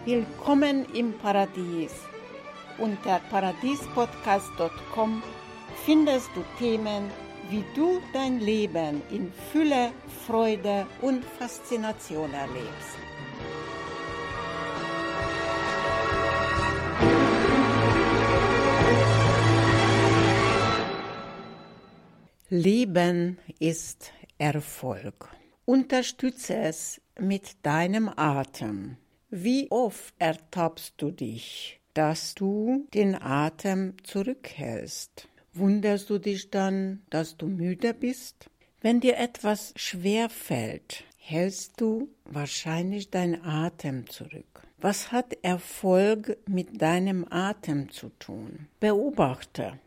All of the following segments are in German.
Willkommen im Paradies. Unter paradiespodcast.com findest du Themen, wie du dein Leben in Fülle, Freude und Faszination erlebst. Leben ist Erfolg. Unterstütze es mit deinem Atem. Wie oft ertappst du dich, dass du den Atem zurückhältst? Wunderst du dich dann, dass du müde bist? Wenn dir etwas schwer fällt, hältst du wahrscheinlich deinen Atem zurück. Was hat Erfolg mit deinem Atem zu tun? Beobachte,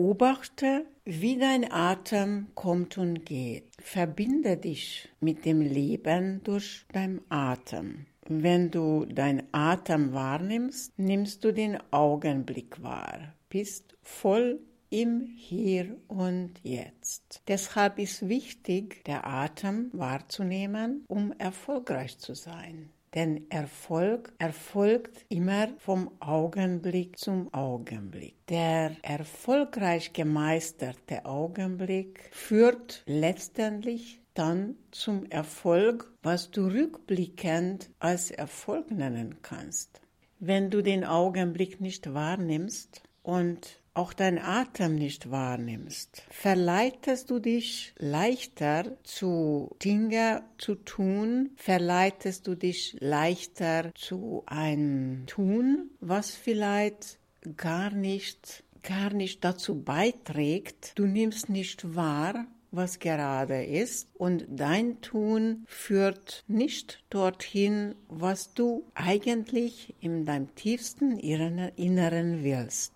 wie dein Atem kommt und geht. Verbinde dich mit dem Leben durch deinen Atem. Wenn du deinen Atem wahrnimmst, nimmst du den Augenblick wahr, bist voll im Hier und Jetzt. Deshalb ist wichtig, den Atem wahrzunehmen, um erfolgreich zu sein. Denn Erfolg erfolgt immer vom Augenblick zum Augenblick. Der erfolgreich gemeisterte Augenblick führt letztendlich dann zum Erfolg, was du rückblickend als Erfolg nennen kannst. Wenn du den Augenblick nicht wahrnimmst und auch deinen Atem nicht wahrnimmst, verleitest du dich leichter zu Dingen zu tun, verleitest du dich leichter zu einem Tun, was vielleicht gar nicht dazu beiträgt. Du nimmst nicht wahr, was gerade ist, und dein Tun führt nicht dorthin, was du eigentlich in deinem tiefsten Inneren willst.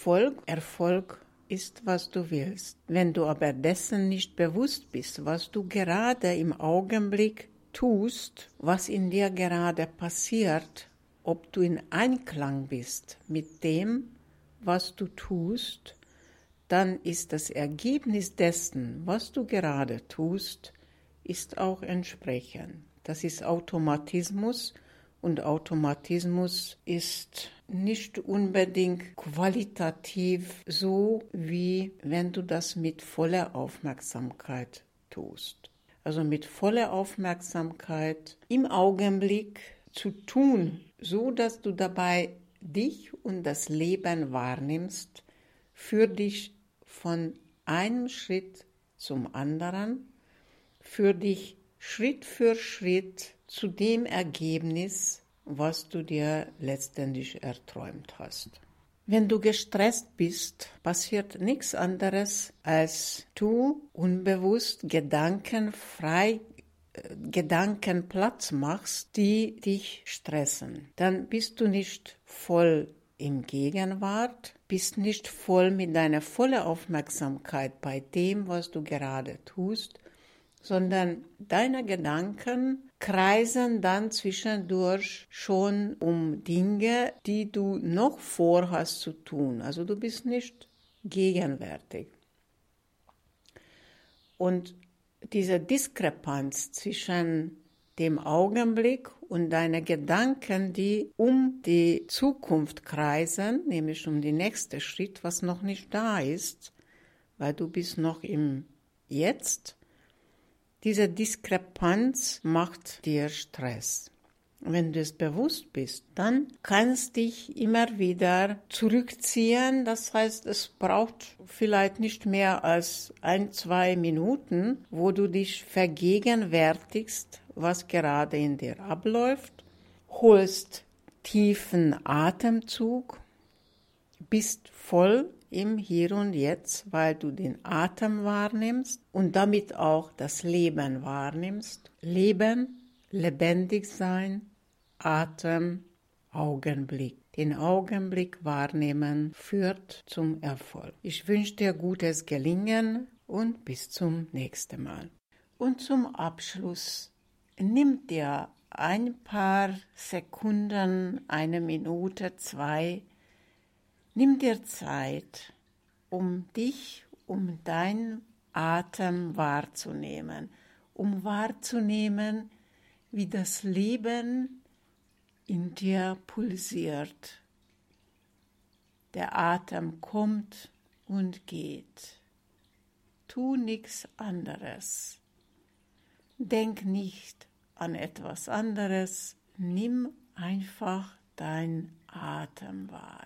Erfolg ist, was du willst. Wenn du aber dessen nicht bewusst bist, was du gerade im Augenblick tust, was in dir gerade passiert, ob du in Einklang bist mit dem, was du tust, dann ist das Ergebnis dessen, was du gerade tust, ist auch entsprechend. Das ist Automatismus, und Automatismus ist nicht unbedingt qualitativ so, wie wenn du das mit voller Aufmerksamkeit tust. Also mit voller Aufmerksamkeit im Augenblick zu tun, so dass du dabei dich und das Leben wahrnimmst, führt dich von einem Schritt zum anderen, führt dich Schritt für Schritt zu dem Ergebnis, was du dir letztendlich erträumt hast. Wenn du gestresst bist, passiert nichts anderes, als du unbewusst Gedanken Platz machst, die dich stressen. Dann bist du nicht voll im Gegenwart, bist nicht voll mit deiner vollen Aufmerksamkeit bei dem, was du gerade tust, sondern deine Gedanken kreisen dann zwischendurch schon um Dinge, die du noch vorhast zu tun. Also du bist nicht gegenwärtig. Und diese Diskrepanz zwischen dem Augenblick und deine Gedanken, die um die Zukunft kreisen, nämlich um den nächsten Schritt, was noch nicht da ist, weil du bist noch im Jetzt. Diese Diskrepanz macht dir Stress. Wenn du es bewusst bist, dann kannst du dich immer wieder zurückziehen. Das heißt, es braucht vielleicht nicht mehr als 1-2 Minuten, wo du dich vergegenwärtigst, was gerade in dir abläuft, holst tiefen Atemzug, bist voll im Hier und Jetzt, weil du den Atem wahrnimmst und damit auch das Leben wahrnimmst. Leben, lebendig sein, Atem, Augenblick. Den Augenblick wahrnehmen führt zum Erfolg. Ich wünsche dir gutes Gelingen und bis zum nächsten Mal. Und zum Abschluss, nimm dir ein paar Sekunden, 1 Minute, 2, nimm dir Zeit, um dich, um deinen Atem wahrzunehmen, wie das Leben in dir pulsiert. Der Atem kommt und geht. Tu nichts anderes. Denk nicht an etwas anderes. Nimm einfach dein Atem wahr.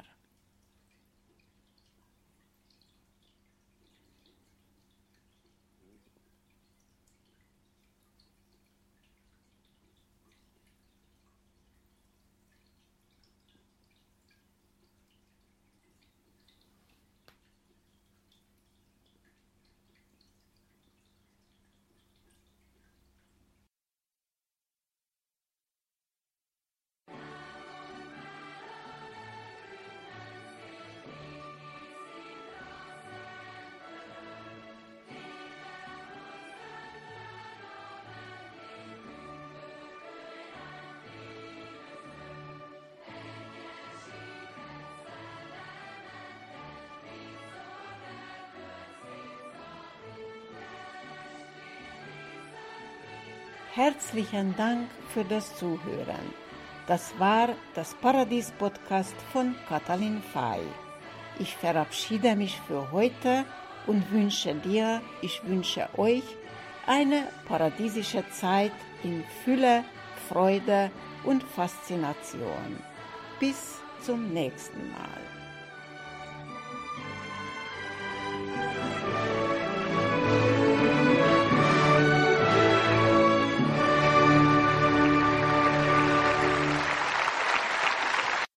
Herzlichen Dank für das Zuhören. Das war das Paradies-Podcast von Katalin Fay. Ich verabschiede mich für heute und wünsche euch eine paradiesische Zeit in Fülle, Freude und Faszination. Bis zum nächsten Mal.